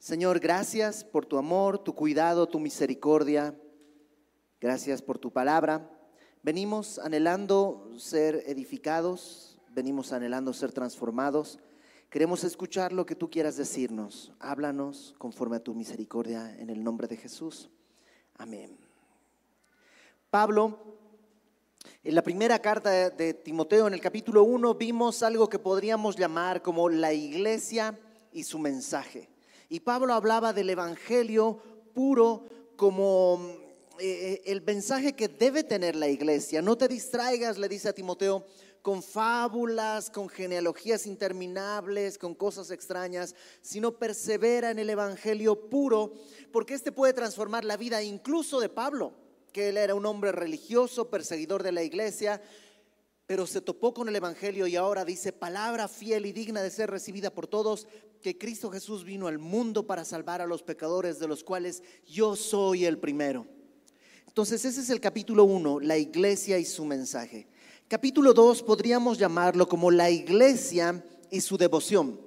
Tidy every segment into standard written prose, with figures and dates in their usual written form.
Señor, gracias por tu amor, tu cuidado, tu misericordia. Gracias por tu palabra. Venimos anhelando ser edificados, venimos anhelando ser transformados. Queremos escuchar lo que tú quieras decirnos. Háblanos conforme a tu misericordia en el nombre de Jesús. Amén. Pablo, en la primera carta de Timoteo, en el capítulo 1, vimos algo que podríamos llamar como la iglesia y su mensaje. Y Pablo hablaba del evangelio puro como el mensaje que debe tener la iglesia. No te distraigas, le dice a Timoteo, con fábulas, con genealogías interminables, con cosas extrañas, sino persevera en el evangelio puro, porque este puede transformar la vida incluso de Pablo, que él era un hombre religioso, perseguidor de la iglesia, pero se topó con el evangelio y ahora dice: palabra fiel y digna de ser recibida por todos, que Cristo Jesús vino al mundo para salvar a los pecadores, de los cuales yo soy el primero. Entonces ese es el capítulo 1, la iglesia y su mensaje. Capítulo 2 podríamos llamarlo como la iglesia y su devoción.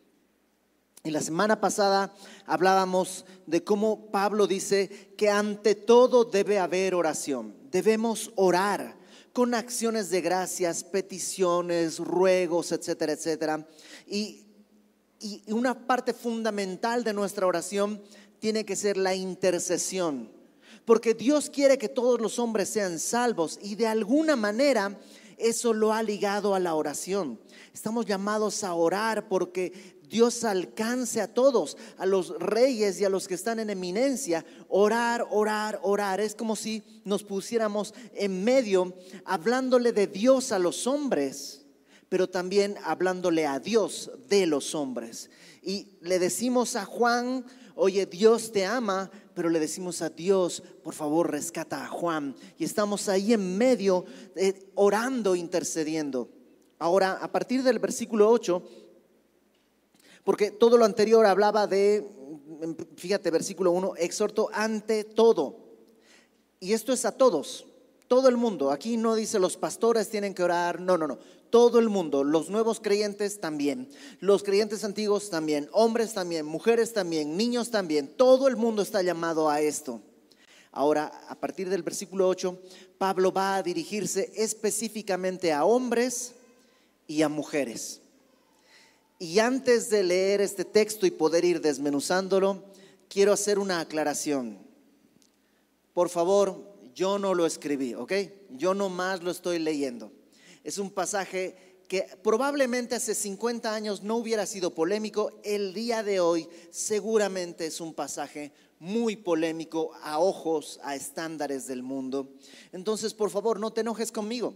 En la semana pasada hablábamos de cómo Pablo dice que ante todo debe haber oración. Debemos orar con acciones de gracias, peticiones, ruegos, etcétera, etcétera. Y una parte fundamental de nuestra oración tiene que ser la intercesión, porque Dios quiere que todos los hombres sean salvos y de alguna manera eso lo ha ligado a la oración. Estamos llamados a orar porque Dios alcance a todos, a los reyes y a los que están en eminencia. Orar, orar, orar. Es como si nos pusiéramos en medio hablándole de Dios a los hombres, pero también hablándole a Dios de los hombres. Y le decimos a Juan: oye, Dios te ama, pero le decimos a Dios: por favor, rescata a Juan. Y estamos ahí en medio, orando, intercediendo. Ahora, a partir del versículo 8, porque todo lo anterior hablaba de, fíjate, versículo 1, exhorto ante todo. Y esto es a todos, todo el mundo. Aquí no dice los pastores tienen que orar, no. Todo el mundo, los nuevos creyentes también, los creyentes antiguos también, hombres también, mujeres también, niños también. Todo el mundo está llamado a esto. Ahora, a partir del versículo 8, Pablo va a dirigirse específicamente a hombres y a mujeres. Y antes de leer este texto y poder ir desmenuzándolo, quiero hacer una aclaración. Por favor, yo no lo escribí, ¿ok? Yo nomás lo estoy leyendo. Es un pasaje que probablemente hace 50 años no hubiera sido polémico. El día de hoy seguramente es un pasaje muy polémico a ojos, a estándares del mundo. Entonces, por favor, no te enojes conmigo.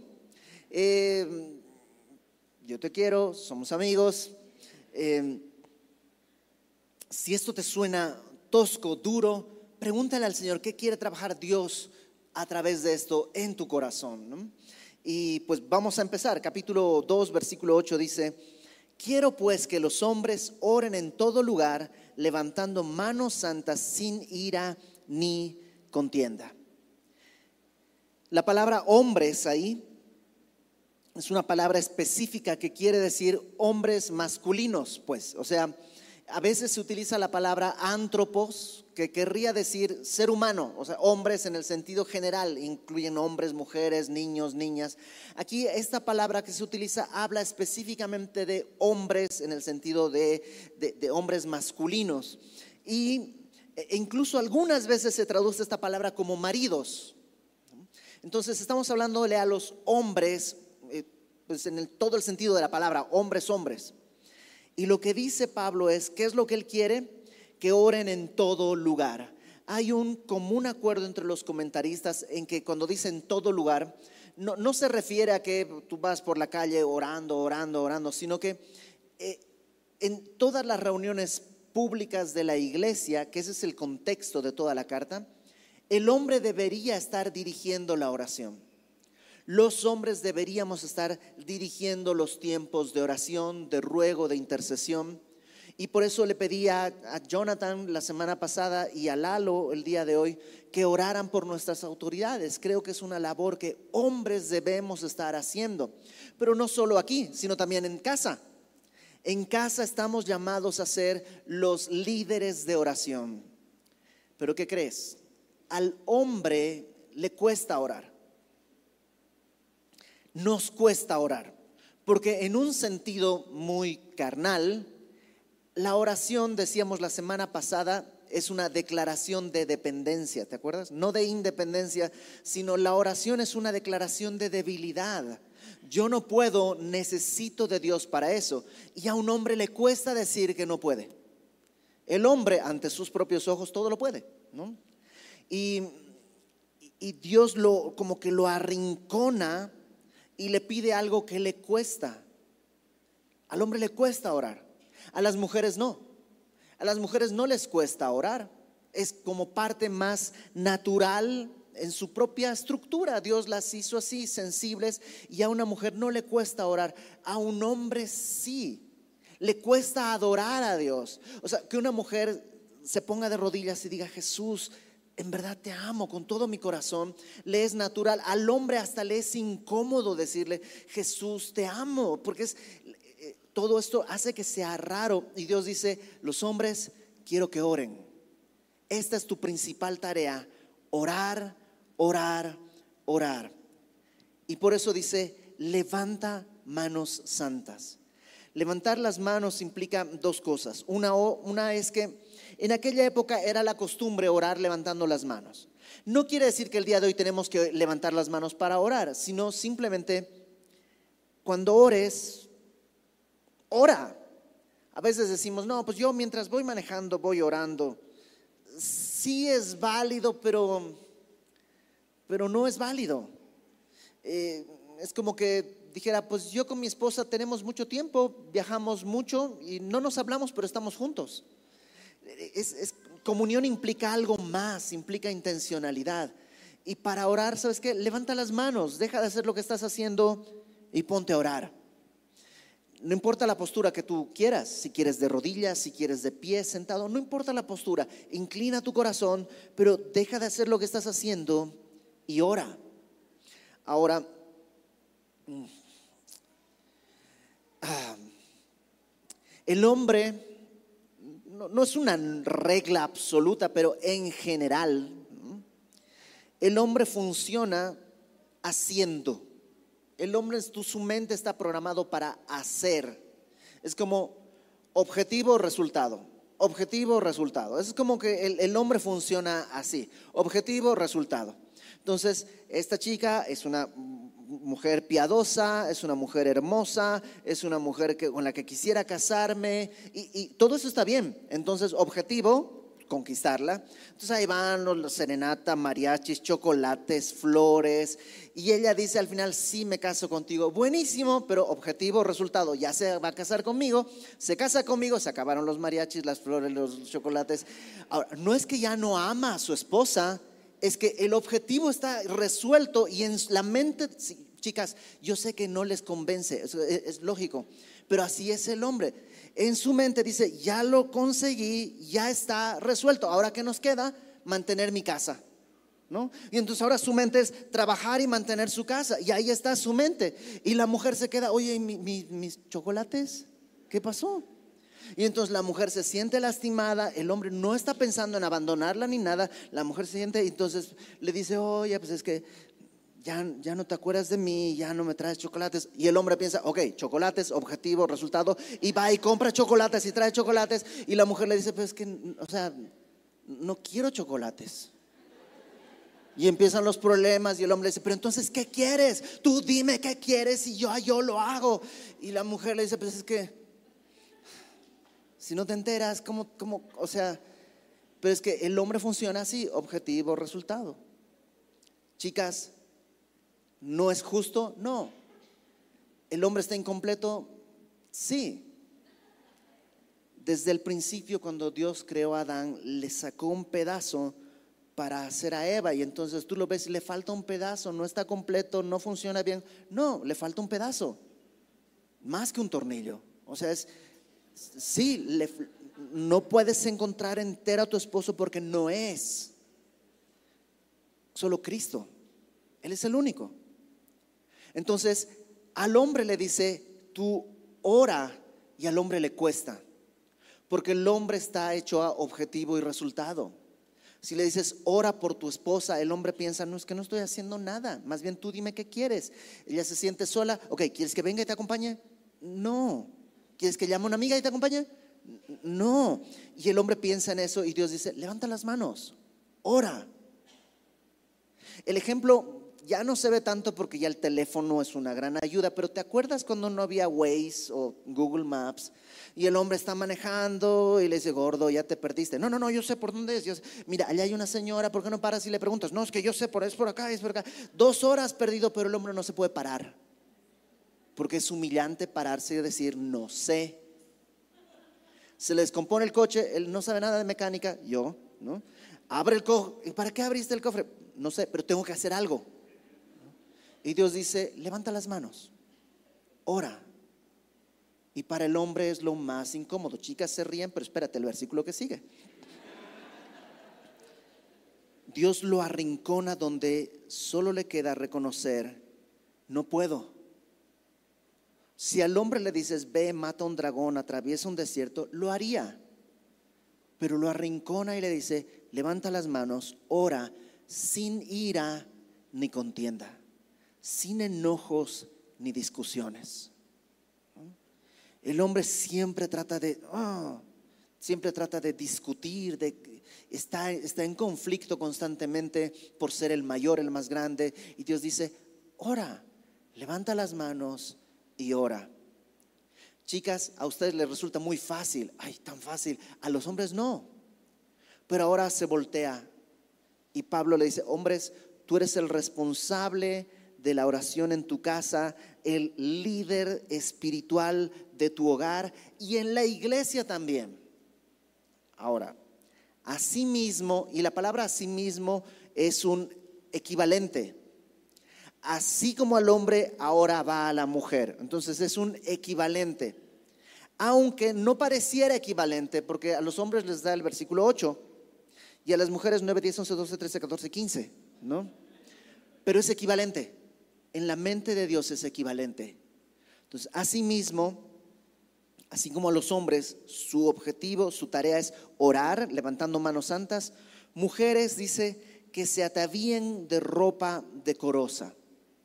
Yo te quiero, somos amigos. Si esto te suena tosco, duro, pregúntale al Señor qué quiere trabajar Dios a través de esto en tu corazón, ¿no? Y pues vamos a empezar. Capítulo 2, versículo 8 dice: quiero pues que los hombres oren en todo lugar, levantando manos santas sin ira ni contienda. La palabra hombres ahí es una palabra específica que quiere decir hombres masculinos, pues. O sea, a veces se utiliza la palabra antropos, que querría decir ser humano. O sea, hombres en el sentido general, incluyen hombres, mujeres, niños, niñas. Aquí esta palabra que se utiliza habla específicamente de hombres en el sentido de hombres masculinos. Y incluso algunas veces se traduce esta palabra como maridos. Entonces estamos hablándole a los hombres, pues en todo el sentido de la palabra, hombres, hombres. Y lo que dice Pablo es, ¿qué es lo que él quiere? Que oren en todo lugar. Hay un común acuerdo entre los comentaristas en que cuando dicen todo lugar, no se refiere a que tú vas por la calle orando, sino que en todas las reuniones públicas de la iglesia, que ese es el contexto de toda la carta, el hombre debería estar dirigiendo la oración. Los hombres deberíamos estar dirigiendo los tiempos de oración, de ruego, de intercesión. Y por eso le pedí a Jonathan la semana pasada y a Lalo el día de hoy que oraran por nuestras autoridades. Creo que es una labor que hombres debemos estar haciendo, pero no solo aquí, sino también en casa. En casa estamos llamados a ser los líderes de oración. Pero ¿qué crees? Al hombre le cuesta orar. Nos cuesta orar. Porque en un sentido muy carnal, la oración, decíamos la semana pasada, es una declaración de dependencia, ¿te acuerdas? No de independencia, sino la oración es una declaración de debilidad. Yo no puedo, necesito de Dios para eso. Y a un hombre le cuesta decir que no puede. El hombre ante sus propios ojos todo lo puede, ¿no? Y Dios como que lo arrincona y le pide algo que le cuesta. Al hombre le cuesta orar. A las mujeres no. A las mujeres no les cuesta orar. Es como parte más natural en su propia estructura. Dios las hizo así, sensibles, y a una mujer no le cuesta orar. A un hombre sí. Le cuesta adorar a Dios. O sea, que una mujer se ponga de rodillas y diga: Jesús, en verdad te amo con todo mi corazón, le es natural. Al hombre hasta le es incómodo decirle: Jesús, te amo, porque todo esto hace que sea raro. Y Dios dice: los hombres quiero que oren. Esta es tu principal tarea: orar, orar, orar. Y por eso dice: levanta manos santas. Levantar las manos implica dos cosas. Una es que en aquella época era la costumbre orar levantando las manos. No quiere decir que el día de hoy tenemos que levantar las manos para orar, sino simplemente cuando ores, ora. A veces decimos: no, pues yo mientras voy manejando voy orando. Sí es válido, pero no es válido. Es como que dijera: pues yo con mi esposa tenemos mucho tiempo, viajamos mucho y no nos hablamos, pero estamos juntos. Comunión implica algo más, implica intencionalidad. Y para orar, ¿sabes qué? Levanta las manos, deja de hacer lo que estás haciendo y ponte a orar. No importa la postura que tú quieras, si quieres de rodillas, si quieres de pie, sentado, no importa la postura, inclina tu corazón, pero deja de hacer lo que estás haciendo y ora. Ahora, el hombre, no es una regla absoluta, pero en general, el hombre funciona haciendo. El hombre, su mente está programado para hacer. Es como objetivo, resultado. Objetivo, resultado. Es como que el hombre funciona así: objetivo, resultado. Entonces, esta chica es una mujer piadosa, es una mujer hermosa, es una mujer con la que quisiera casarme, y todo eso está bien. Entonces, objetivo, conquistarla. Entonces ahí van los serenata, mariachis, chocolates, flores, y ella dice al final: sí, me caso contigo. Buenísimo, pero objetivo, resultado: ya se va a casar conmigo, se casa conmigo, se acabaron los mariachis, las flores, los chocolates. Ahora, no es que ya no ama a su esposa, es que el objetivo está resuelto. Y en la mente, chicas, yo sé que no les convence, es lógico, pero así es el hombre. En su mente dice: ya lo conseguí, ya está resuelto. Ahora, ¿qué nos queda? Mantener mi casa, ¿no? Y entonces ahora su mente es trabajar y mantener su casa, y ahí está su mente. Y la mujer se queda: oye, mis chocolates, ¿qué pasó? Y entonces la mujer se siente lastimada. El hombre no está pensando en abandonarla ni nada. La mujer se siente, y entonces le dice: oye, pues es que ya no te acuerdas de mí, ya no me traes chocolates. Y el hombre piensa: ok, chocolates, objetivo, resultado, y va y compra chocolates y trae chocolates. Y la mujer le dice: pues es que, o sea, no quiero chocolates. Y empiezan los problemas, y el hombre le dice: pero entonces, ¿qué quieres? Tú dime qué quieres y yo lo hago. Y la mujer le dice: pues es que si no te enteras, ¿cómo? O sea, pero es que el hombre funciona así: objetivo, resultado. Chicas, ¿no es justo? No. ¿El hombre está incompleto? Sí. Desde el principio, cuando Dios creó a Adán, le sacó un pedazo para hacer a Eva, y entonces tú lo ves y le falta un pedazo, no está completo, no funciona bien. No, le falta un pedazo, más que un tornillo. O sea, sí, no puedes encontrar entera a tu esposo porque no es. Solo Cristo, Él es el único. Entonces al hombre le dice: tú ora y al hombre le cuesta, porque el hombre está hecho a objetivo y resultado. Si le dices, ora por tu esposa, el hombre piensa, no, es que no estoy haciendo nada, más bien tú dime qué quieres. Ella se siente sola, ok, ¿quieres que venga y te acompañe? No. ¿Quieres que llame a una amiga y te acompañe? No. Y el hombre piensa en eso y Dios dice, levanta las manos, ora. El ejemplo ya no se ve tanto porque ya el teléfono es una gran ayuda, pero ¿te acuerdas cuando no había Waze o Google Maps y el hombre está manejando y le dice, gordo, ya te perdiste? No, yo sé por dónde es. Mira, allá hay una señora, ¿por qué no paras y le preguntas? No, es que yo sé, es por acá, es por acá. 2 horas perdido, pero el hombre no se puede parar porque es humillante pararse y decir, no sé. Se le descompone el coche, él no sabe nada de mecánica, yo, ¿no? Abre el cofre. ¿Para qué abriste el cofre? No sé, pero tengo que hacer algo. Y Dios dice, levanta las manos, ora. Y para el hombre es lo más incómodo. Chicas se ríen, pero espérate el versículo que sigue. Dios lo arrincona donde solo le queda reconocer, no puedo. Si al hombre le dices, ve, mata un dragón, atraviesa un desierto, lo haría. Pero lo arrincona y le dice, levanta las manos, ora, sin ira ni contienda, sin enojos ni discusiones. El hombre siempre trata de discutir, está en conflicto constantemente por ser el mayor, el más grande. Y Dios dice, ora, levanta las manos y ora. Chicas, a ustedes les resulta muy fácil, ay, tan fácil. A los hombres no. Pero ahora se voltea y Pablo le dice, hombres, tú eres el responsable de la oración en tu casa, el líder espiritual de tu hogar y en la iglesia también. Ahora, asimismo, y la palabra asimismo es un equivalente. Así como al hombre, ahora va a la mujer. Entonces es un equivalente. Aunque no pareciera equivalente, porque a los hombres les da el versículo 8 y a las mujeres 9, 10, 11, 12, 13, 14, 15, ¿no? Pero es equivalente. En la mente de Dios es equivalente. Entonces, asimismo, así como a los hombres, su objetivo, su tarea es orar, levantando manos santas. Mujeres, dice, que se atavíen de ropa decorosa.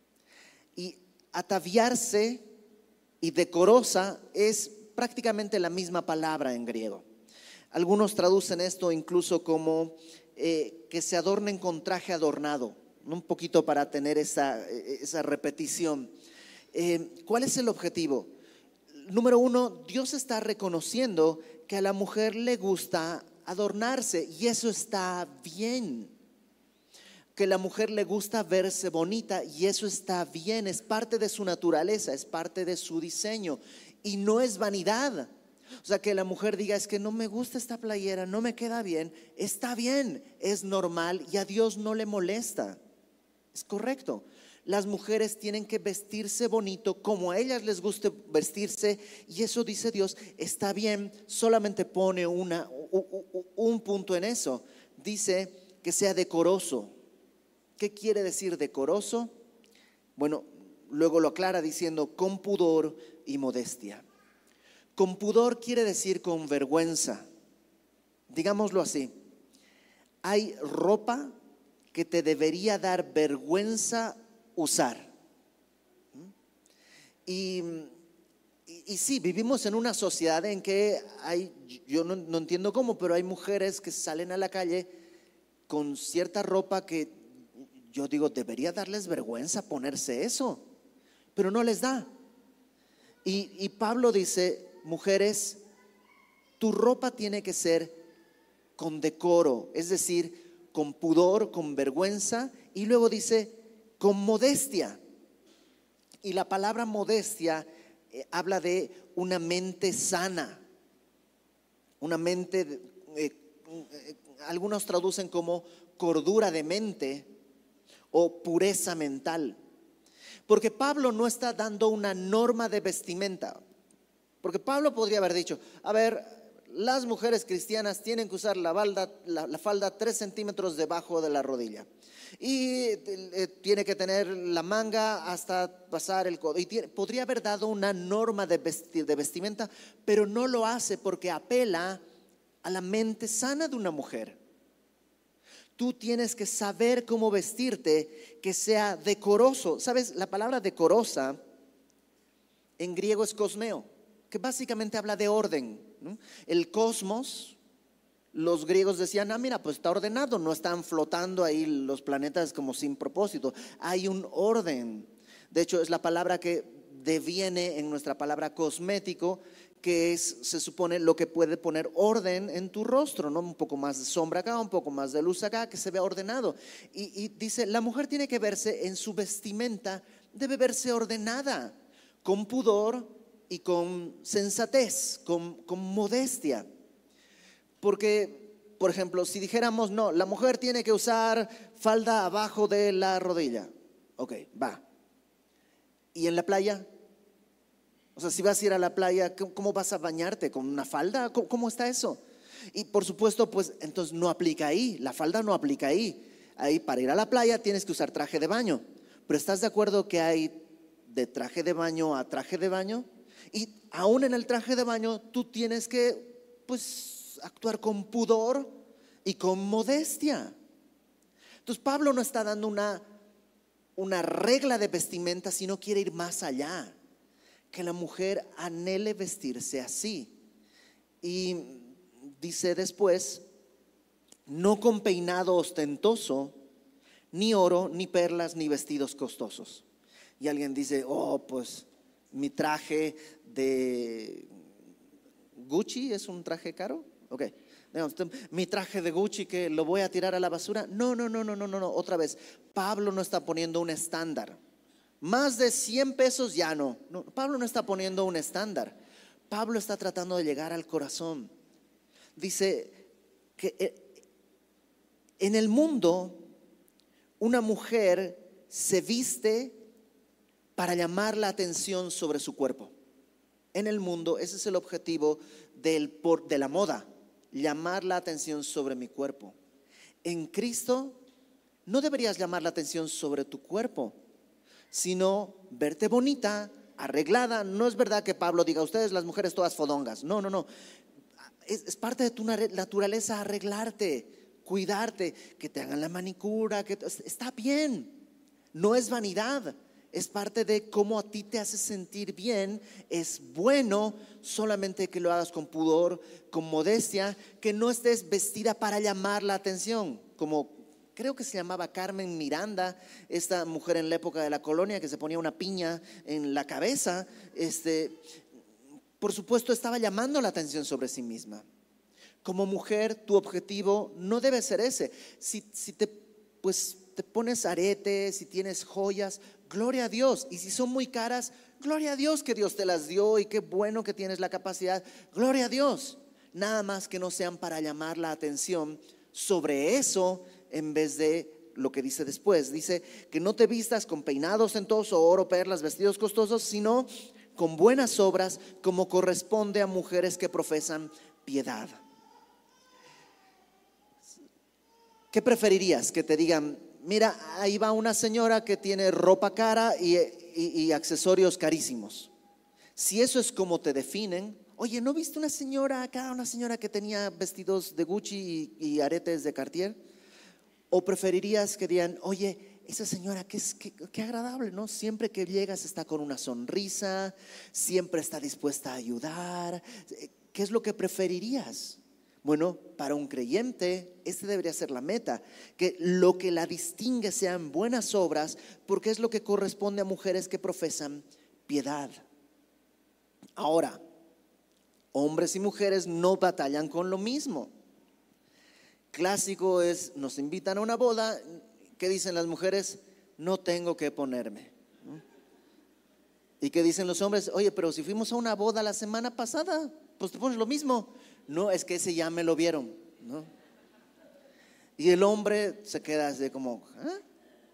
Y ataviarse y decorosa es prácticamente la misma palabra en griego. Algunos traducen esto incluso como que se adornen con traje adornado, un poquito para tener esa repetición. ¿Cuál es el objetivo? Número 1, Dios está reconociendo que a la mujer le gusta adornarse y eso está bien. Que a la mujer le gusta verse bonita y eso está bien, es parte de su naturaleza, es parte de su diseño y no es vanidad. O sea, que la mujer diga, es que no me gusta esta playera, no me queda bien, está bien, es normal y a Dios no le molesta. Es correcto. Las mujeres tienen que vestirse bonito como a ellas les guste vestirse y eso, dice Dios, está bien. Solamente pone un punto en eso. Dice que sea decoroso. ¿Qué quiere decir decoroso? Bueno, luego lo aclara diciendo con pudor y modestia. Con pudor quiere decir con vergüenza. Digámoslo así. Hay ropa que te debería dar vergüenza usar. Y sí, vivimos en una sociedad en que yo no entiendo cómo, pero hay mujeres que salen a la calle con cierta ropa que yo digo, debería darles vergüenza ponerse eso, pero no les da. Y Pablo dice, mujeres, tu ropa tiene que ser con decoro, es decir, con pudor, con vergüenza, y luego dice, con modestia. Y la palabra modestia habla de una mente sana, una mente, algunos traducen como cordura de mente o pureza mental. Porque Pablo no está dando una norma de vestimenta. Porque Pablo podría haber dicho, a ver, las mujeres cristianas tienen que usar la falda 3 centímetros debajo de la rodilla. Y tiene que tener la manga hasta pasar el codo. Y podría haber dado una norma de vestimenta, pero no lo hace porque apela a la mente sana de una mujer. Tú tienes que saber cómo vestirte, que sea decoroso. ¿Sabes? La palabra decorosa en griego es cosmeo, que básicamente habla de orden, ¿no? El cosmos, los griegos decían, mira, pues está ordenado, no están flotando ahí los planetas como sin propósito, hay un orden. De hecho, es la palabra que deviene en nuestra palabra cosmético, que se supone lo que puede poner orden en tu rostro, ¿no? Un poco más de sombra acá, un poco más de luz acá, que se vea ordenado. Y dice, la mujer tiene que verse en su vestimenta, debe verse ordenada, con pudor y con sensatez, con modestia. Porque, por ejemplo, si dijéramos, no, la mujer tiene que usar falda abajo de la rodilla. Ok, va. ¿Y en la playa? O sea, si vas a ir a la playa, ¿cómo vas a bañarte? ¿Con una falda? ¿Cómo está eso? Y por supuesto, pues entonces no aplica ahí, la falda no aplica ahí. Ahí para ir a la playa tienes que usar traje de baño. Pero ¿estás de acuerdo que hay de traje de baño a traje de baño? Y aún en el traje de baño tú tienes que, pues, actuar con pudor y con modestia. Entonces Pablo no está dando una regla de vestimenta, sino quiere ir más allá. Que la mujer anhele vestirse así. Y dice después, no con peinado ostentoso, ni oro, ni perlas, ni vestidos costosos. Y alguien dice, pues mi traje de Gucci es un traje caro. Ok, mi traje de Gucci que lo voy a tirar a la basura. No, otra vez, Pablo no está poniendo un estándar. Más de 100 pesos ya no. Pablo no está poniendo un estándar. Pablo está tratando de llegar al corazón. Dice que en el mundo una mujer se viste para llamar la atención sobre su cuerpo. En el mundo ese es el objetivo de la moda, llamar la atención sobre mi cuerpo. En Cristo no deberías llamar la atención sobre tu cuerpo, sino verte bonita, arreglada. No es verdad que Pablo diga, ustedes las mujeres todas fodongas. No. Es parte de tu naturaleza arreglarte, cuidarte, que te hagan la manicura, está bien. No es vanidad, es parte de cómo a ti te hace sentir bien. Es bueno, solamente que lo hagas con pudor, con modestia, que no estés vestida para llamar la atención, como creo que se llamaba Carmen Miranda, esta mujer en la época de la colonia que se ponía una piña en la cabeza. Por supuesto estaba llamando la atención sobre sí misma. Como mujer tu objetivo no debe ser ese. Si te pones aretes, si tienes joyas, gloria a Dios. Y si son muy caras, gloria a Dios que Dios te las dio y qué bueno que tienes la capacidad, gloria a Dios. Nada más que no sean para llamar la atención sobre eso, en vez de lo que dice después. Dice que no te vistas con peinado ostentoso, oro, perlas, vestidos costosos, sino con buenas obras, como corresponde a mujeres que profesan piedad. ¿Qué preferirías? Que te digan, mira, ahí va una señora que tiene ropa cara y accesorios carísimos. Si eso es como te definen, oye, ¿no viste una señora acá, una señora que tenía vestidos de Gucci y aretes de Cartier? ¿O preferirías que digan, oye, esa señora qué agradable, ¿no? Siempre que llegas está con una sonrisa, siempre está dispuesta a ayudar? ¿Qué es lo que preferirías? Bueno, para un creyente, debería ser la meta, que lo que la distingue sean buenas obras, porque es lo que corresponde a mujeres que profesan piedad. Ahora, hombres y mujeres no batallan con lo mismo. Clásico es, nos invitan a una boda, ¿qué dicen las mujeres? No tengo que ponerme. ¿Y qué dicen los hombres? Oye, pero si fuimos a una boda la semana pasada, pues te pones lo mismo. No, es que ese ya me lo vieron, ¿no? Y el hombre se queda así como,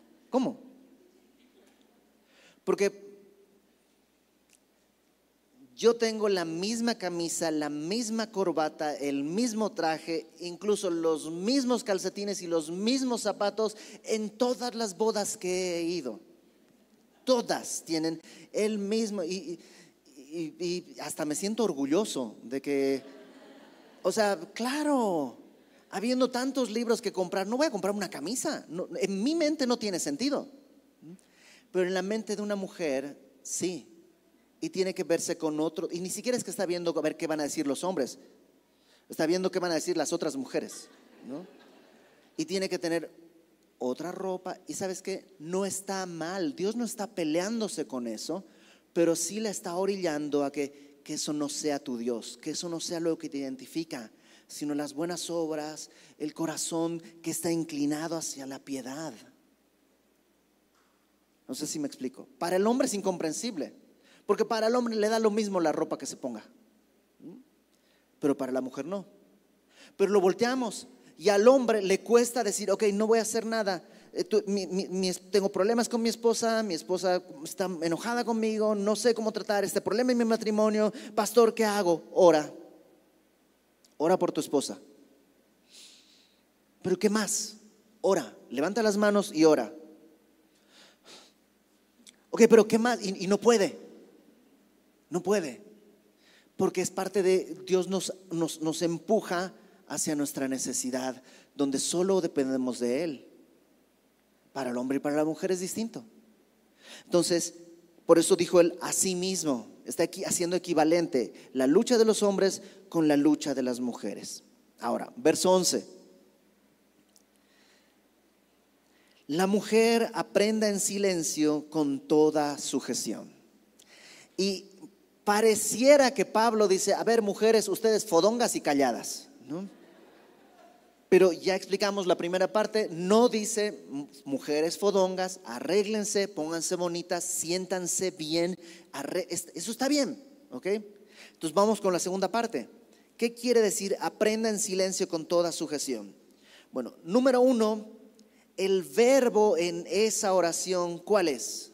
¿cómo? Porque Yo tengo la misma camisa, la misma corbata, el mismo traje, incluso los mismos calcetines y los mismos zapatos en todas las bodas que he ido. Todas tienen el mismo y hasta me siento orgulloso de que, o sea, claro, habiendo tantos libros que comprar, no voy a comprar una camisa. No, en mi mente no tiene sentido, pero en la mente de una mujer sí. Y tiene que verse con otro, y ni siquiera es que está viendo a ver qué van a decir los hombres, está viendo qué van a decir las otras mujeres, ¿no? Y tiene que tener otra ropa. Y sabes que no está mal, Dios no está peleándose con eso, pero sí le está orillando a que eso no sea tu Dios, que eso no sea lo que te identifica, sino las buenas obras, el corazón que está inclinado hacia la piedad. No sé si me explico. Para el hombre es incomprensible, porque para el hombre le da lo mismo la ropa que se ponga, pero para la mujer no. Pero lo volteamos y al hombre le cuesta decir, ok, no voy a hacer nada. Tengo problemas con mi esposa está enojada conmigo, no sé cómo tratar este problema en mi matrimonio. Pastor, ¿qué hago? Ora por tu esposa. ¿Pero qué más? Ora, levanta las manos y ora. Ok, pero ¿qué más? Y no puede. No puede, porque es parte de Dios nos empuja hacia nuestra necesidad, donde solo dependemos de Él. Para el hombre y para la mujer es distinto. Entonces, por eso dijo Él a sí mismo, está aquí haciendo equivalente la lucha de los hombres con la lucha de las mujeres. Ahora, verso 11. La mujer aprenda en silencio con toda sujeción. Y pareciera que Pablo dice, a ver, mujeres, ustedes fodongas y calladas, ¿no? Pero ya explicamos la primera parte, no dice mujeres fodongas, arréglense, pónganse bonitas, siéntanse bien, eso está bien, ¿ok? Entonces vamos con la segunda parte. ¿Qué quiere decir aprenda en silencio con toda sujeción? Bueno, número 1, el verbo en esa oración, ¿cuál es?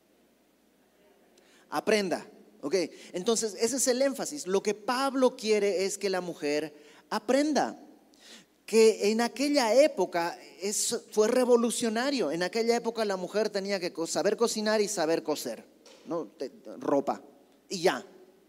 Aprenda. Ok, entonces ese es el énfasis. Lo que Pablo quiere es que la mujer aprenda. Que en aquella época fue revolucionario. En aquella época la mujer tenía que saber cocinar y saber coser, ¿no? Ropa y ya.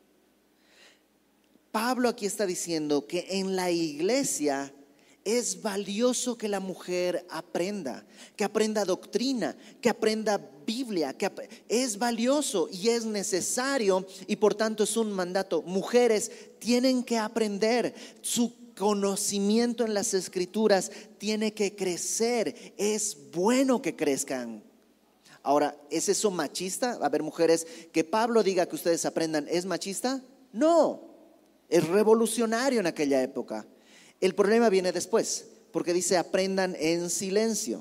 Pablo aquí está diciendo que en la iglesia es valioso que la mujer aprenda, que aprenda doctrina, que aprenda Biblia, es valioso y es necesario, y por tanto es un mandato. Mujeres tienen que aprender, su conocimiento en las escrituras tiene que crecer, es bueno que crezcan. Ahora, ¿es eso machista? A ver, mujeres, que Pablo diga que ustedes aprendan, ¿es machista? No, es revolucionario en aquella época. El problema viene después, porque dice aprendan en silencio.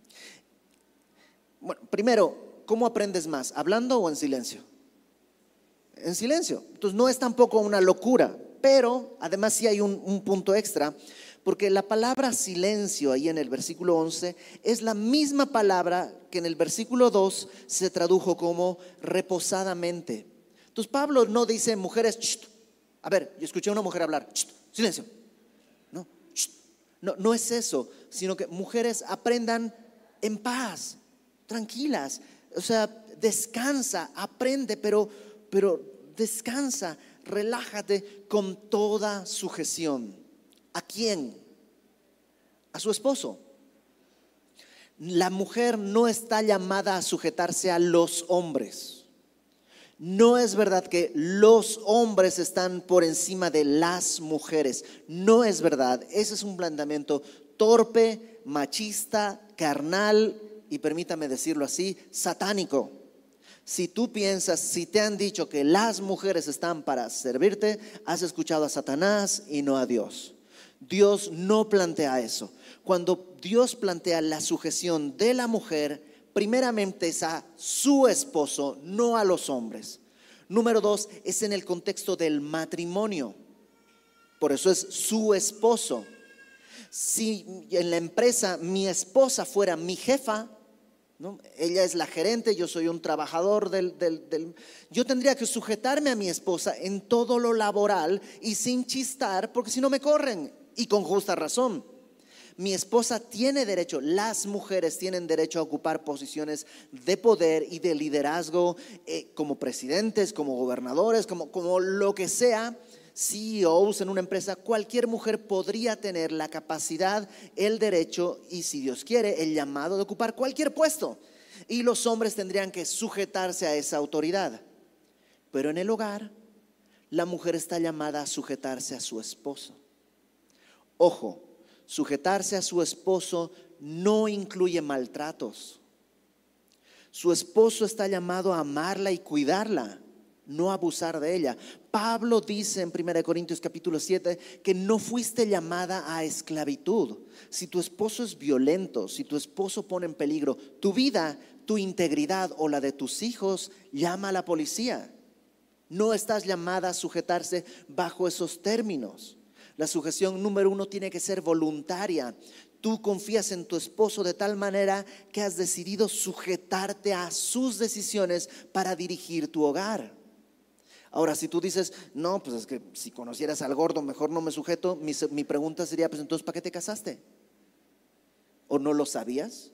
Bueno, primero, ¿cómo aprendes más? ¿Hablando o en silencio? En silencio. Entonces no es tampoco una locura, pero además sí hay un punto extra, porque la palabra silencio ahí en el versículo 11 es la misma palabra que en el versículo 2 se tradujo como reposadamente. Entonces Pablo no dice mujeres, shh. A ver, yo escuché a una mujer hablar, shh, silencio. No es eso, sino que mujeres aprendan en paz, tranquilas. O sea, descansa, aprende, pero descansa, relájate con toda sujeción. ¿A quién? A su esposo. La mujer no está llamada a sujetarse a los hombres. No es verdad que los hombres están por encima de las mujeres. No es verdad. Ese es un planteamiento torpe, machista, carnal y permítame decirlo así, satánico. Si tú piensas, si te han dicho que las mujeres están para servirte, has escuchado a Satanás y no a Dios. Dios no plantea eso. Cuando Dios plantea la sujeción de la mujer, primeramente es a su esposo, no a los hombres. Número 2, es en el contexto del matrimonio. Por eso es su esposo. Si en la empresa mi esposa fuera mi jefa, ¿no? Ella es la gerente, yo soy un trabajador Yo tendría que sujetarme a mi esposa en todo lo laboral y sin chistar, porque si no me corren, y con justa razón. Mi esposa tiene derecho, las mujeres tienen derecho a ocupar posiciones de poder y de liderazgo, como presidentes, como gobernadores, como lo que sea, CEOs en una empresa. Cualquier mujer podría tener la capacidad, el derecho y, si Dios quiere, el llamado de ocupar cualquier puesto. Y los hombres tendrían que sujetarse a esa autoridad. Pero en el hogar, la mujer está llamada a sujetarse a su esposo. Ojo, sujetarse a su esposo no incluye maltratos. Su esposo está llamado a amarla y cuidarla, no abusar de ella. Pablo dice en 1 Corintios capítulo 7 que no fuiste llamada a esclavitud. Si tu esposo es violento, si tu esposo pone en peligro tu vida, tu integridad o la de tus hijos, llama a la policía. No estás llamada a sujetarse bajo esos términos. La sujeción número 1 tiene que ser voluntaria. Tú confías en tu esposo de tal manera que has decidido sujetarte a sus decisiones para dirigir tu hogar. Ahora, si tú dices, no, pues es que si conocieras al gordo mejor no me sujeto, mi pregunta sería, pues entonces ¿para qué te casaste? ¿O no lo sabías?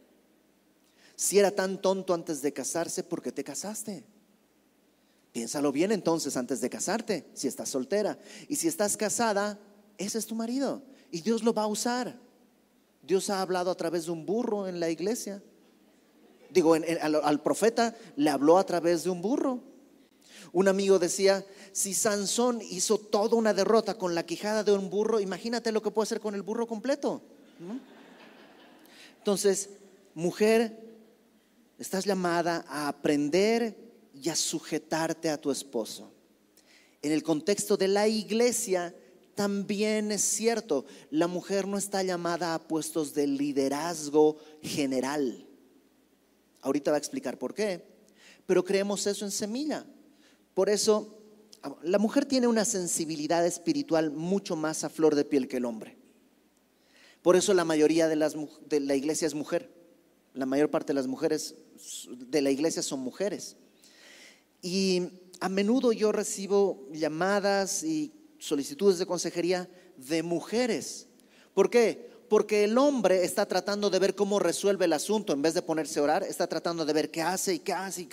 Si era tan tonto antes de casarse, ¿por qué te casaste? Piénsalo bien entonces antes de casarte, si estás soltera. Y si estás casada, ese es tu marido y Dios lo va a usar. Dios ha hablado a través de un burro en la iglesia. Digo, al profeta le habló a través de un burro. Un amigo decía, si Sansón hizo toda una derrota con la quijada de un burro, imagínate lo que puede hacer con el burro completo, ¿no? Entonces, mujer, estás llamada a aprender y a sujetarte a tu esposo. En el contexto de la iglesia también es cierto, la mujer no está llamada a puestos de liderazgo general. Ahorita va a explicar por qué, pero creemos eso en Semilla. Por eso la mujer tiene una sensibilidad espiritual mucho más a flor de piel que el hombre. Por eso la mayoría de la iglesia es mujer. La mayor parte de las mujeres de la iglesia son mujeres. Y a menudo yo recibo llamadas y solicitudes de consejería de mujeres. ¿Por qué? Porque el hombre está tratando de ver cómo resuelve el asunto en vez de ponerse a orar. Está tratando de ver qué hace y qué hace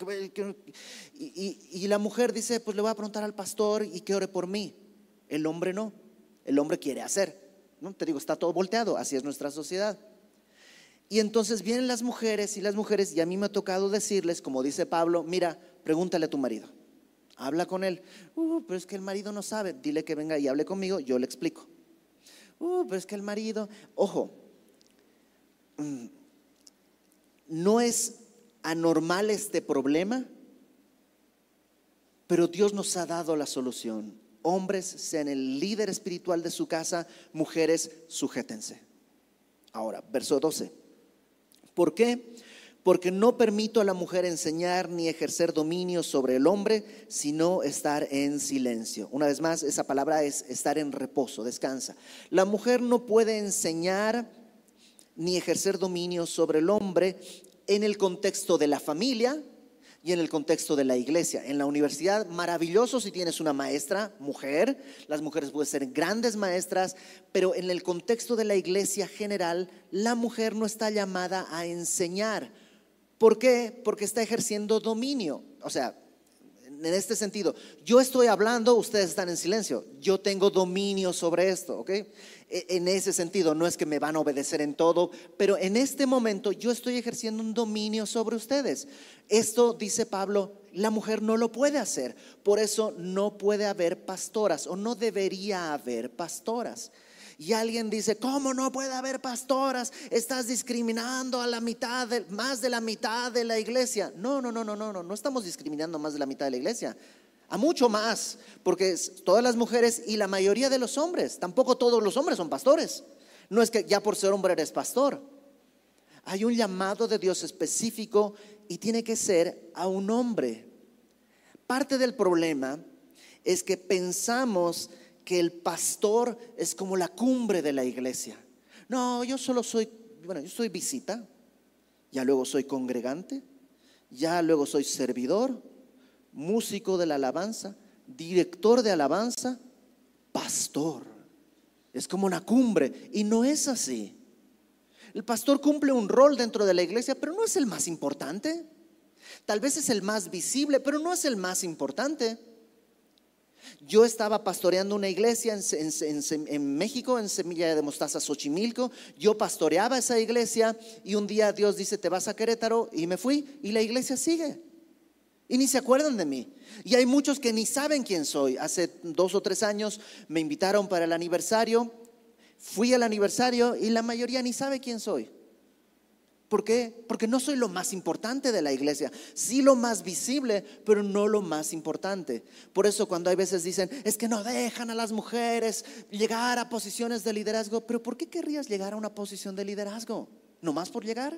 y la mujer dice, pues le voy a preguntar al pastor y que ore por mí. El hombre no. El hombre quiere hacer, ¿no? Te digo, está todo volteado. Así es nuestra sociedad. Y entonces vienen las mujeres y a mí me ha tocado decirles, como dice Pablo, mira, pregúntale a tu marido, habla con él. Pero es que el marido no sabe. Dile que venga y hable conmigo, yo le explico. Pero es que el marido, ojo, no es anormal este problema, pero Dios nos ha dado la solución. Hombres, sean el líder espiritual de su casa. Mujeres, sujétense. Ahora, verso 12. ¿Por qué? Porque no permito a la mujer enseñar ni ejercer dominio sobre el hombre, sino estar en silencio. Una vez más, esa palabra es estar en reposo, descansa. La mujer no puede enseñar ni ejercer dominio sobre el hombre en el contexto de la familia y en el contexto de la iglesia. En la universidad, maravilloso si tienes una maestra mujer. Las mujeres pueden ser grandes maestras, pero en el contexto de la iglesia general, la mujer no está llamada a enseñar. ¿Por qué? Porque está ejerciendo dominio. O sea, en este sentido, yo estoy hablando, ustedes están en silencio. Yo tengo dominio sobre esto, ¿ok? En ese sentido, no es que me van a obedecer en todo, pero en este momento yo estoy ejerciendo un dominio sobre ustedes. Esto, dice Pablo, la mujer no lo puede hacer. Por eso no puede haber pastoras, o no debería haber pastoras. Y alguien dice, ¿cómo no puede haber pastoras? Estás discriminando a la mitad, más de la mitad de la iglesia. No estamos discriminando más de la mitad de la iglesia. A mucho más, porque todas las mujeres y la mayoría de los hombres, tampoco todos los hombres son pastores. No es que ya por ser hombre eres pastor. Hay un llamado de Dios específico y tiene que ser a un hombre. Parte del problema es que pensamos que el pastor es como la cumbre de la iglesia. No, yo solo soy, yo soy visita. ya luego soy congregante, ya luego soy servidor, músico de la alabanza, director de alabanza, pastor. Es como una cumbre y no es así. El pastor cumple un rol dentro de la iglesia, pero no es el más importante. Tal vez es el más visible, pero no es el más importante. Yo estaba pastoreando una iglesia en México, en Semilla de Mostaza, Xochimilco. Yo pastoreaba esa iglesia y un día Dios dice: te vas a Querétaro, y me fui y la iglesia sigue. Y ni se acuerdan de mí. Y hay muchos que ni saben quién soy. Hace 2 o 3 años me invitaron para el aniversario. Fui al aniversario y la mayoría ni sabe quién soy. ¿Por qué? Porque no soy lo más importante de la iglesia. Sí lo más visible, pero no lo más importante. Por eso cuando hay veces dicen: es que no dejan a las mujeres llegar a posiciones de liderazgo. Pero ¿por qué querrías llegar a una posición de liderazgo? ¿Nomás por llegar?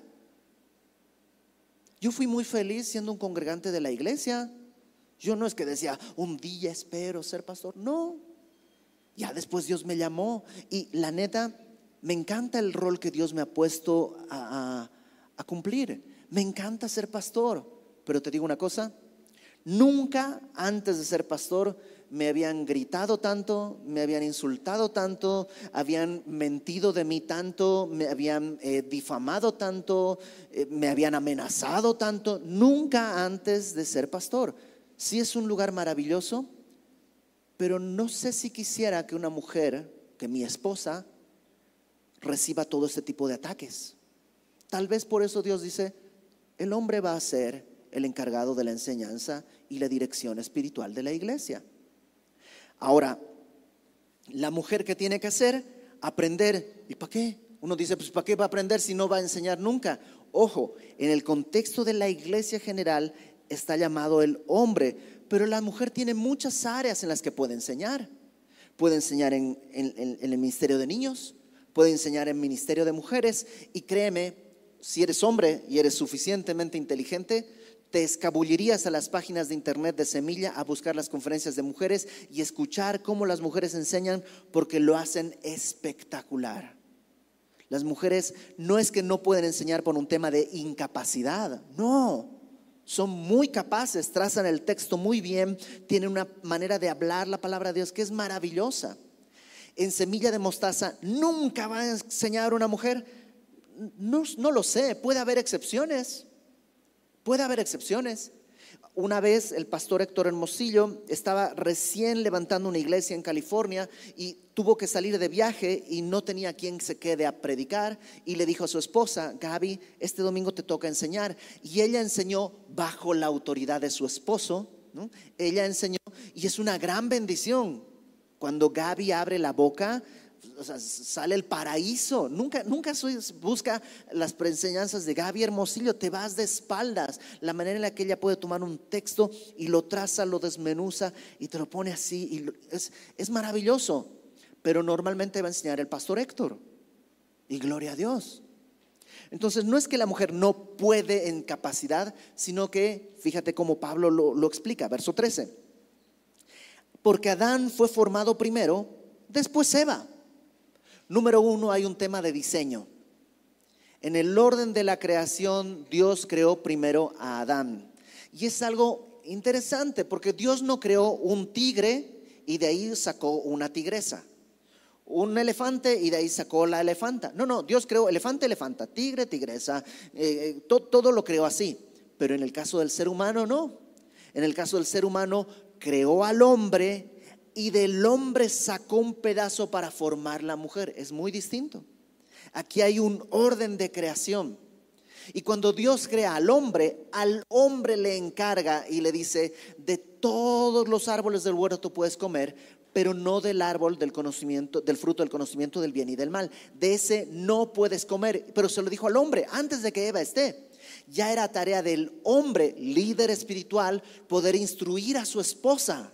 Yo fui muy feliz siendo un congregante de la iglesia. Yo no es que decía: un día espero ser pastor. No, ya después Dios me llamó. Y la neta, me encanta el rol que Dios me ha puesto a cumplir. Me encanta ser pastor. Pero te digo una cosa: nunca antes de ser pastor me habían gritado tanto, me habían insultado tanto, habían mentido de mí tanto, me habían difamado tanto, me habían amenazado tanto. Nunca antes de ser pastor. Sí, es un lugar maravilloso, pero no sé si quisiera que una mujer, que mi esposa, reciba todo este tipo de ataques. Tal vez por eso Dios dice: el hombre va a ser el encargado de la enseñanza y la dirección espiritual de la iglesia. Ahora, la mujer, ¿qué tiene que hacer? Aprender. ¿Y para qué? Uno dice: pues ¿para qué va a aprender si no va a enseñar nunca? Ojo, en el contexto de la iglesia general está llamado el hombre, pero la mujer tiene muchas áreas en las que puede enseñar. Puede enseñar en el ministerio de niños, puede enseñar en ministerio de mujeres. Y créeme, si eres hombre y eres suficientemente inteligente, te escabullirías a las páginas de internet de Semilla a buscar las conferencias de mujeres y escuchar cómo las mujeres enseñan, porque lo hacen espectacular. Las mujeres no es que no pueden enseñar por un tema de incapacidad, no, son muy capaces, trazan el texto muy bien, tienen una manera de hablar la palabra de Dios que es maravillosa. En Semilla de Mostaza nunca va a enseñar una mujer. No lo sé, puede haber excepciones. Puede haber excepciones. Una vez el pastor Héctor Hermosillo estaba recién levantando una iglesia en California y tuvo que salir de viaje y no tenía quien se quede a predicar, y le dijo a su esposa: Gaby, este domingo te toca enseñar. Y ella enseñó bajo la autoridad de su esposo, ¿no? Ella enseñó y es una gran bendición. Cuando Gaby abre la boca, o sea, sale el paraíso. Nunca busca las enseñanzas de Gaby Hermosillo. Te vas de espaldas. La manera en la que ella puede tomar un texto y lo traza, lo desmenuza y te lo pone así, y es maravilloso. Pero normalmente va a enseñar el pastor Héctor, y gloria a Dios. Entonces no es que la mujer no puede en capacidad, sino que, fíjate cómo Pablo lo explica, verso 13: porque Adán fue formado primero, después Eva. Número 1, hay un tema de diseño. En el orden de la creación, Dios creó primero a Adán. Y es algo interesante, porque Dios no creó un tigre y de ahí sacó una tigresa, un elefante y de ahí sacó la elefanta. No, Dios creó elefante, elefanta, tigre, tigresa, todo lo creó así. Pero en el caso del ser humano no. En el caso del ser humano, creó al hombre y del hombre sacó un pedazo para formar la mujer. Es muy distinto. Aquí hay un orden de creación. Y cuando Dios crea al hombre le encarga y le dice: de todos los árboles del huerto puedes comer, pero no del árbol del conocimiento, del fruto del conocimiento del bien y del mal. De ese no puedes comer. Pero se lo dijo al hombre antes de que Eva esté. Ya era tarea del hombre, líder espiritual, poder instruir a su esposa.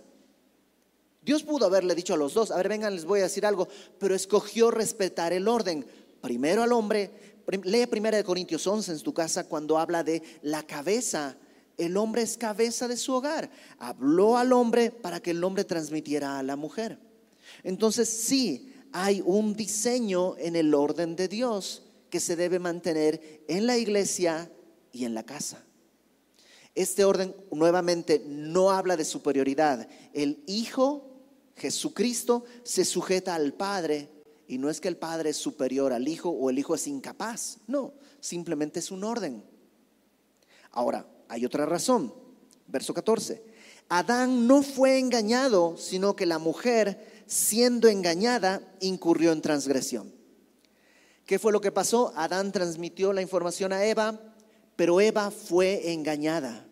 Dios pudo haberle dicho a los dos: a ver, vengan, les voy a decir algo, pero escogió respetar el orden. Primero al hombre. Lee 1 Corintios 11 en tu casa, cuando habla de la cabeza. El hombre es cabeza de su hogar. Habló al hombre para que el hombre transmitiera a la mujer. Entonces sí, hay un diseño en el orden de Dios que se debe mantener en la iglesia y en la casa. Este orden nuevamente no habla de superioridad. El Hijo, Jesucristo, se sujeta al Padre, y no es que el Padre es superior al Hijo o el Hijo es incapaz, no, simplemente es un orden. Ahora, hay otra razón. Verso 14. Adán no fue engañado, sino que la mujer, siendo engañada, incurrió en transgresión. ¿Qué fue lo que pasó? Adán transmitió la información a Eva, pero Eva fue engañada.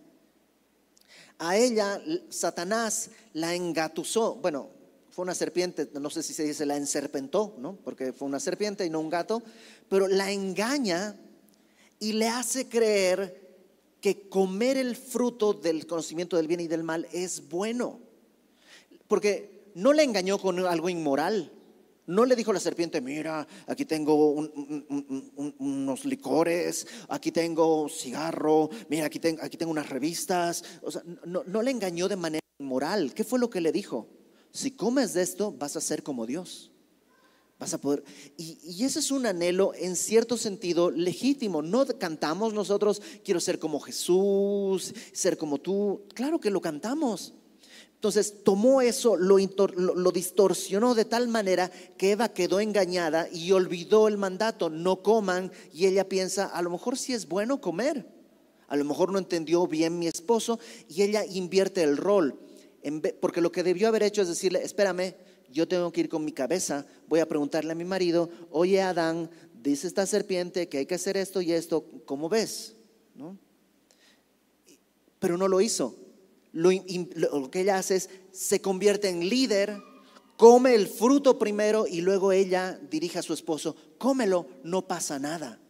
A ella, Satanás la engatusó. Bueno, fue una serpiente, no sé si se dice la enserpentó, ¿no? Porque fue una serpiente y no un gato, pero la engaña y le hace creer que comer el fruto del conocimiento del bien y del mal es bueno. Porque no le engañó con algo inmoral. No le dijo a la serpiente: mira, aquí tengo unos licores, aquí tengo cigarro, mira, aquí tengo unas revistas. O sea, no le engañó de manera inmoral. ¿Qué fue lo que le dijo? Si comes de esto, vas a ser como Dios. Vas a poder. Y ese es un anhelo en cierto sentido legítimo. No cantamos nosotros: quiero ser como Jesús, ser como tú. Claro que lo cantamos. Entonces tomó eso, lo distorsionó de tal manera que Eva quedó engañada y olvidó el mandato: no coman. Y ella piensa: a lo mejor sí es bueno comer, a lo mejor no entendió bien mi esposo. Y ella invierte el rol, porque lo que debió haber hecho es decirle: espérame, yo tengo que ir con mi cabeza, voy a preguntarle a mi marido: oye, Adán, dice esta serpiente que hay que hacer esto y esto, ¿cómo ves? ¿No? Pero no lo hizo. Lo que ella hace es, se convierte en líder, come el fruto primero y luego ella dirige a su esposo: cómelo, no pasa nada.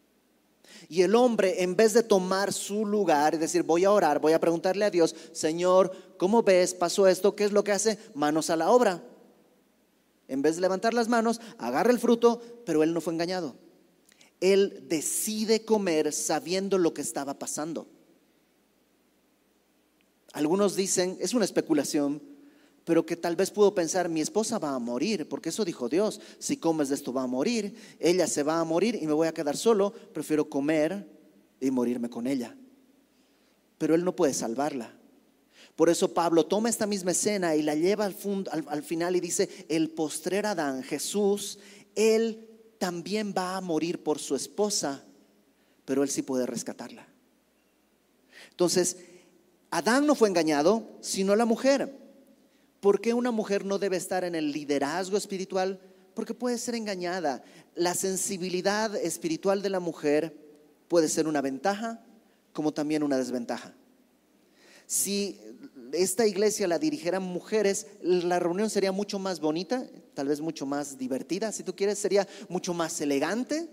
Y el hombre, en vez de tomar su lugar y decir: voy a orar, voy a preguntarle a Dios: Señor, ¿cómo ves? Pasó esto. ¿Qué es lo que hace? Manos a la obra. En vez de levantar las manos, agarra el fruto, pero él no fue engañado. Él decide comer sabiendo lo que estaba pasando. Algunos dicen, es una especulación, pero que tal vez pudo pensar: mi esposa va a morir, porque eso dijo Dios: si comes de esto va a morir, ella se va a morir y me voy a quedar solo, prefiero comer y morirme con ella. Pero él no puede salvarla. Por eso Pablo toma esta misma escena y la lleva al final y dice: el postrer Adán, Jesús, él también va a morir por su esposa, pero él sí puede rescatarla. Entonces, Adán no fue engañado, sino la mujer. ¿Por qué una mujer no debe estar en el liderazgo espiritual? Porque puede ser engañada. La sensibilidad espiritual de la mujer puede ser una ventaja, como también una desventaja. Si esta iglesia la dirigieran mujeres, la reunión sería mucho más bonita, tal vez mucho más divertida, si tú quieres, sería mucho más elegante,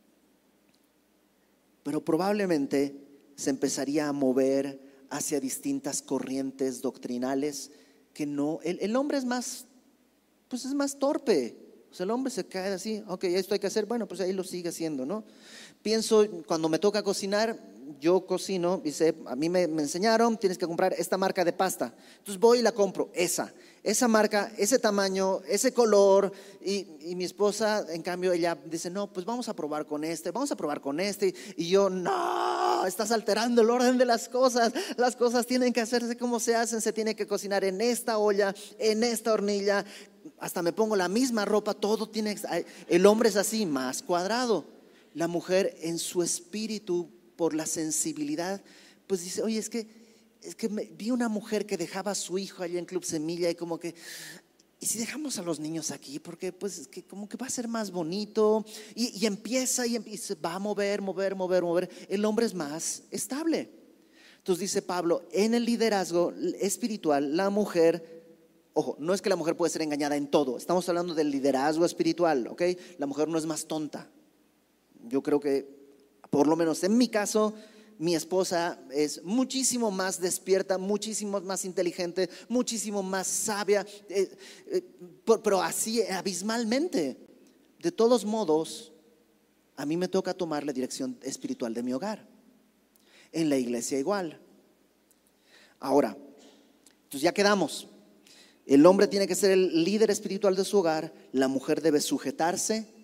pero probablemente se empezaría a mover hacia distintas corrientes doctrinales que no, el hombre es más, pues es más torpe. O sea, el hombre se cae así: ok, esto hay que hacer, bueno, pues ahí lo sigue haciendo, ¿no? Pienso, cuando me toca cocinar, yo cocino y a mí me enseñaron: tienes que comprar esta marca de pasta. Entonces voy y la compro, esa marca, ese tamaño, ese color. Y mi esposa, en cambio, ella dice: no, pues vamos a probar con vamos a probar con este. Y yo: no, estás alterando el orden de las cosas. Las cosas tienen que hacerse como se hacen. Se tiene que cocinar en esta olla, en esta hornilla. Hasta me pongo la misma ropa, todo tiene. El hombre es así, más cuadrado. La mujer, en su espíritu, por la sensibilidad, pues dice: oye, es que vi una mujer que dejaba a su hijo allá en Club Semilla, y como que, ¿y si dejamos a los niños aquí? Porque pues es que como que va a ser más bonito. Y empieza y se va a mover. El hombre es más estable. Entonces dice Pablo: en el liderazgo espiritual, la mujer, ojo, no es que la mujer puede ser engañada en todo, estamos hablando del liderazgo espiritual, ¿ok? La mujer no es más tonta. Yo creo que, por lo menos en mi caso, mi esposa es muchísimo más despierta, muchísimo más inteligente, muchísimo más sabia, pero así abismalmente. De todos modos, a mí me toca tomar la dirección espiritual de mi hogar. En la iglesia igual. Ahora, entonces ya quedamos. El hombre tiene que ser el líder espiritual de su hogar, la mujer debe sujetarse.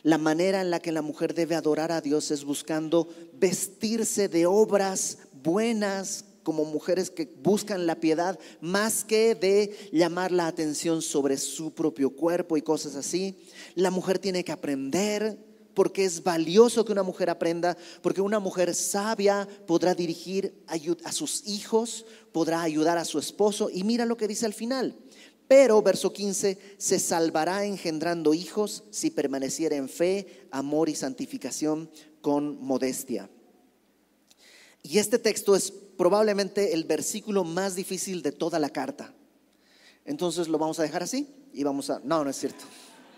La manera en la que la mujer debe adorar a Dios es buscando vestirse de obras buenas, como mujeres que buscan la piedad, más que de llamar la atención sobre su propio cuerpo y cosas así. La mujer tiene que aprender, porque es valioso que una mujer aprenda, porque una mujer sabia podrá dirigir a sus hijos, podrá ayudar a su esposo. Y mira lo que dice al final: pero, verso 15, se salvará engendrando hijos si permaneciera en fe, amor y santificación con modestia. Y este texto es probablemente el versículo más difícil de toda la carta. Entonces lo vamos a dejar así y vamos a... No, no es cierto.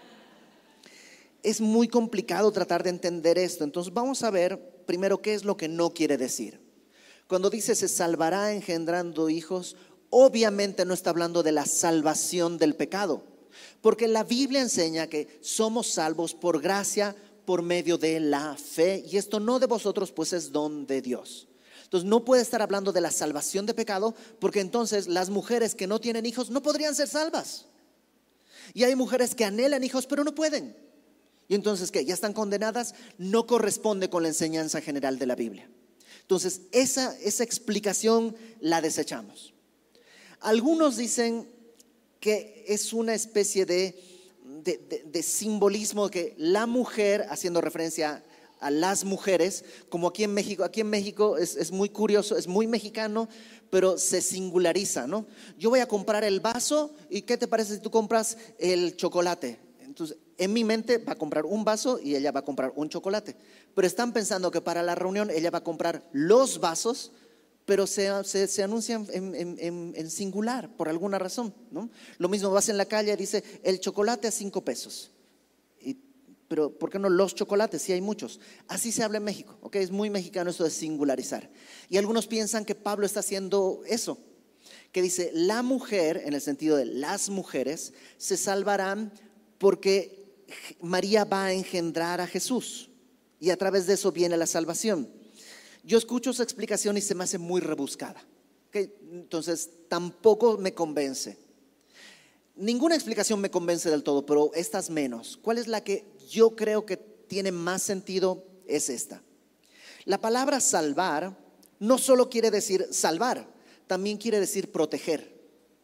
Es muy complicado tratar de entender esto. Entonces vamos a ver primero qué es lo que no quiere decir. Cuando dice se salvará engendrando hijos, obviamente no está hablando de la salvación del pecado, porque la Biblia enseña que somos salvos por gracia, por medio de la fe, y esto no de vosotros, pues es don de Dios. Entonces no puede estar hablando de la salvación de pecado, porque entonces las mujeres que no tienen hijos no podrían ser salvas. Y hay mujeres que anhelan hijos pero no pueden. Y entonces ¿qué? ¿Ya están condenadas? No corresponde con la enseñanza general de la Biblia. Entonces esa explicación la desechamos. Algunos dicen que es una especie de simbolismo, que la mujer, haciendo referencia a las mujeres, como aquí en México es muy curioso, es muy mexicano, pero se singulariza, ¿no? Yo voy a comprar el vaso y ¿qué te parece si tú compras el chocolate? Entonces en mi mente va a comprar un vaso y ella va a comprar un chocolate, pero están pensando que para la reunión ella va a comprar los vasos, pero se anuncian en singular por alguna razón, ¿no? Lo mismo, vas en la calle y dice el chocolate a 5 pesos. Pero ¿por qué no los chocolates? Si hay muchos. Así se habla en México, ¿ok? Es muy mexicano eso de singularizar. Y algunos piensan que Pablo está haciendo eso, que dice la mujer, en el sentido de las mujeres, se salvarán porque María va a engendrar a Jesús y a través de eso viene la salvación. Yo escucho esa explicación y se me hace muy rebuscada, ¿okay? Entonces tampoco me convence. Ninguna explicación me convence del todo, pero estas menos. ¿Cuál es la que yo creo que tiene más sentido? Es esta. La palabra salvar no solo quiere decir salvar, también quiere decir proteger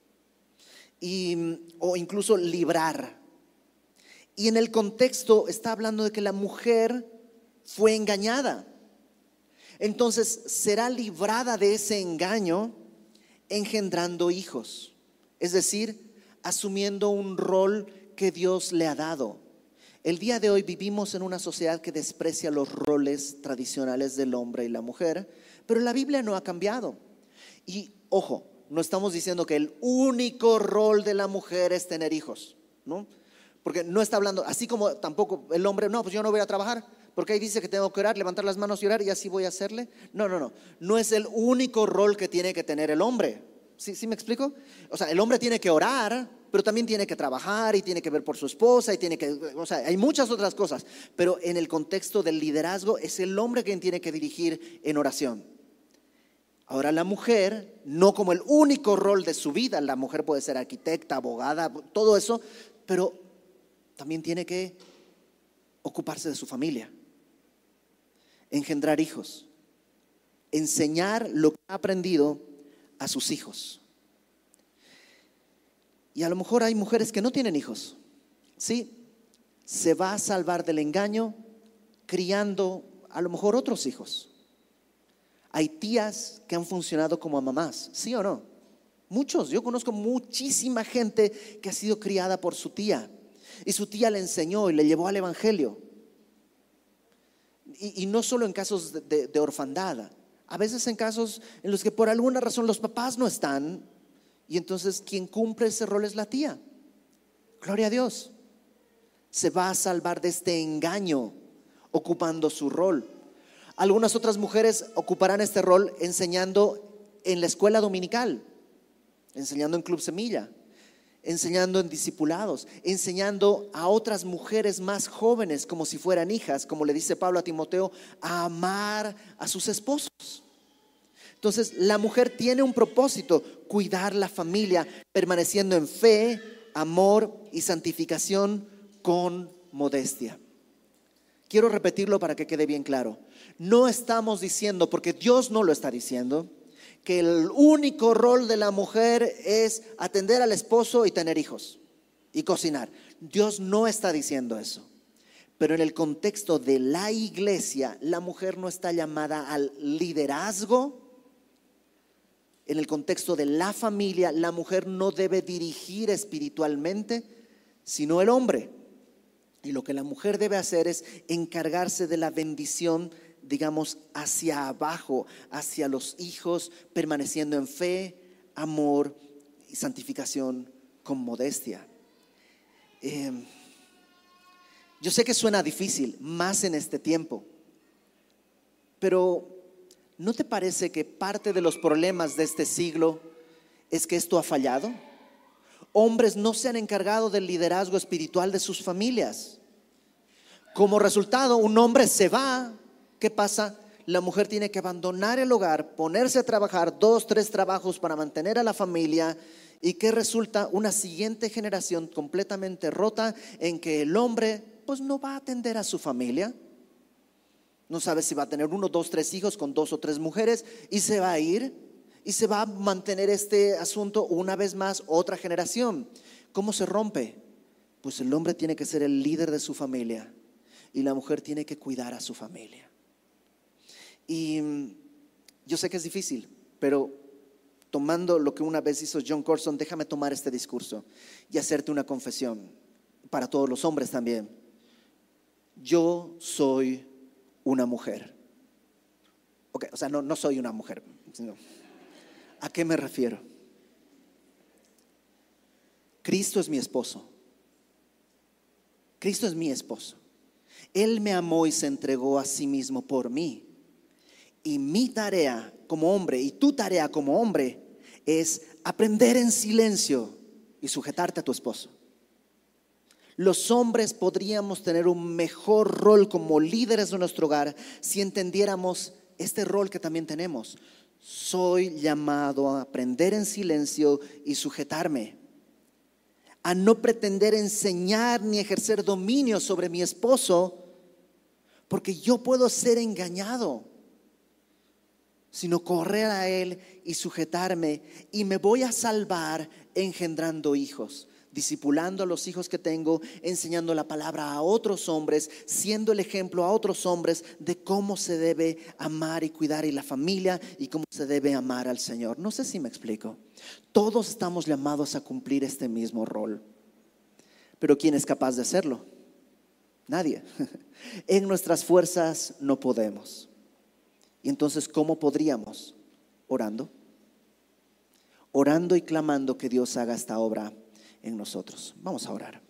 o incluso librar. Y en el contexto está hablando de que la mujer fue engañada. Entonces será librada de ese engaño engendrando hijos, es decir, asumiendo un rol que Dios le ha dado. El día de hoy vivimos en una sociedad que desprecia los roles tradicionales del hombre y la mujer, pero la Biblia no ha cambiado. Y ojo, no estamos diciendo que el único rol de la mujer es tener hijos, ¿no? Porque no está hablando, así como tampoco el hombre, no, pues yo no voy a trabajar, porque ahí dice que tengo que orar, levantar las manos y orar y así voy a hacerle. No es el único rol que tiene que tener el hombre. ¿Sí me explico? O sea, el hombre tiene que orar, pero también tiene que trabajar y tiene que ver por su esposa y hay muchas otras cosas, pero en el contexto del liderazgo es el hombre quien tiene que dirigir en oración. Ahora la mujer, no como el único rol de su vida, la mujer puede ser arquitecta, abogada, todo eso, pero también tiene que ocuparse de su familia, engendrar hijos, enseñar lo que ha aprendido a sus hijos. Y a lo mejor hay mujeres que no tienen hijos. Sí, se va a salvar del engaño criando a lo mejor otros hijos. Hay tías que han funcionado como mamás, ¿sí o no? Muchos, yo conozco muchísima gente que ha sido criada por su tía y su tía le enseñó y le llevó al evangelio. Y no solo en casos de orfandad, a veces en casos en los que por alguna razón los papás no están y entonces quien cumple ese rol es la tía. Gloria a Dios. Se va a salvar de este engaño ocupando su rol. Algunas otras mujeres ocuparán este rol enseñando en la escuela dominical, enseñando en Club Semilla, enseñando en discipulados, enseñando a otras mujeres más jóvenes como si fueran hijas, como le dice Pablo a Timoteo, a amar a sus esposos. Entonces la mujer tiene un propósito: cuidar la familia, permaneciendo en fe, amor y santificación con modestia. quiero repetirlo para que quede bien claro. No estamos diciendo, porque Dios no lo está diciendo, que el único rol de la mujer es atender al esposo y tener hijos y cocinar. Dios no está diciendo eso. Pero en el contexto de la iglesia, la mujer no está llamada al liderazgo. En el contexto de la familia, la mujer no debe dirigir espiritualmente, sino el hombre. Y lo que la mujer debe hacer es encargarse de la bendición, digamos, hacia abajo, hacia los hijos, permaneciendo en fe, amor y santificación con modestia. Yo sé que suena difícil, más en este tiempo, pero ¿no te parece que parte de los problemas de este siglo es que esto ha fallado? Hombres no se han encargado del liderazgo espiritual de sus familias. Como resultado, un hombre se va. ¿Qué pasa? La mujer tiene que abandonar el hogar, ponerse a trabajar 2, 3 trabajos para mantener a la familia. ¿Y qué resulta? Una siguiente generación completamente rota en que el hombre pues no va a atender a su familia. No sabe si va a tener 1, 2, 3 hijos con 2 o 3 mujeres y se va a ir y se va a mantener este asunto una vez más, otra generación. ¿Cómo se rompe? Pues el hombre tiene que ser el líder de su familia y la mujer tiene que cuidar a su familia. Y yo sé que es difícil, pero tomando lo que una vez hizo John Corson, déjame tomar este discurso y hacerte una confesión para todos los hombres también. Yo soy una mujer. Okay, o sea, no soy una mujer, sino, ¿a qué me refiero? Cristo es mi esposo. Cristo es mi esposo. Él me amó y se entregó a sí mismo por mí. Y mi tarea como hombre y tu tarea como hombre es aprender en silencio y sujetarte a tu esposo. Los hombres podríamos tener un mejor rol como líderes de nuestro hogar si entendiéramos este rol que también tenemos. Soy llamado a aprender en silencio y sujetarme, a no pretender enseñar ni ejercer dominio sobre mi esposo, porque yo puedo ser engañado, sino correr a él y sujetarme, y me voy a salvar engendrando hijos, discipulando a los hijos que tengo, enseñando la palabra a otros hombres, siendo el ejemplo a otros hombres de cómo se debe amar y cuidar y la familia y cómo se debe amar al Señor. No sé si me explico. Todos estamos llamados a cumplir este mismo rol, pero ¿quién es capaz de hacerlo? Nadie. En nuestras fuerzas no podemos. Y entonces, ¿cómo podríamos? Orando y clamando que Dios haga esta obra en nosotros. Vamos a orar.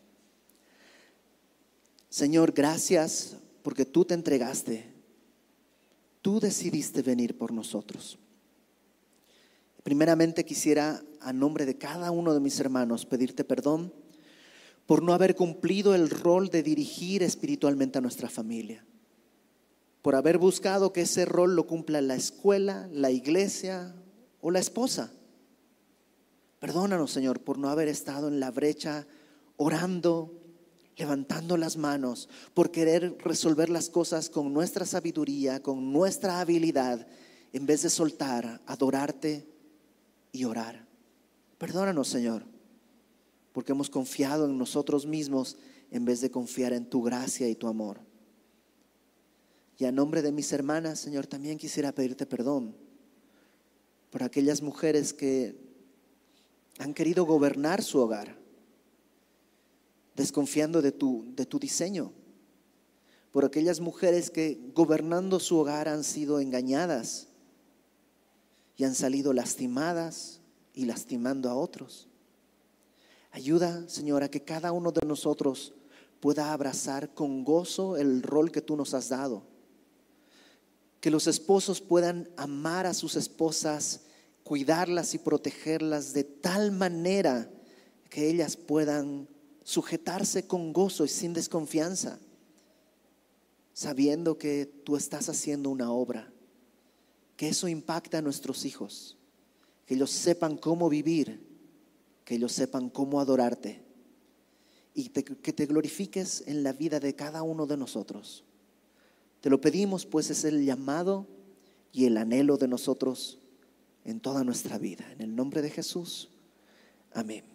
Señor, gracias porque tú te entregaste, tú decidiste venir por nosotros. Primeramente quisiera, a nombre de cada uno de mis hermanos, pedirte perdón por no haber cumplido el rol de dirigir espiritualmente a nuestra familia, por haber buscado que ese rol lo cumpla la escuela, la iglesia o la esposa. Perdónanos, Señor, por no haber estado en la brecha orando, levantando las manos, por querer resolver las cosas con nuestra sabiduría, con nuestra habilidad, en vez de soltar, adorarte y orar. Perdónanos, Señor, porque hemos confiado en nosotros mismos en vez de confiar en tu gracia y tu amor. Y a nombre de mis hermanas, Señor, también quisiera pedirte perdón por aquellas mujeres que han querido gobernar su hogar, desconfiando de tu diseño, por aquellas mujeres que gobernando su hogar han sido engañadas y han salido lastimadas y lastimando a otros. Ayuda, Señor, a que cada uno de nosotros pueda abrazar con gozo el rol que tú nos has dado. Que los esposos puedan amar a sus esposas, cuidarlas y protegerlas de tal manera que ellas puedan sujetarse con gozo y sin desconfianza, sabiendo que tú estás haciendo una obra, que eso impacta a nuestros hijos, que ellos sepan cómo vivir, que ellos sepan cómo adorarte y que te glorifiques en la vida de cada uno de nosotros. Te lo pedimos, pues es el llamado y el anhelo de nosotros en toda nuestra vida. En el nombre de Jesús. Amén.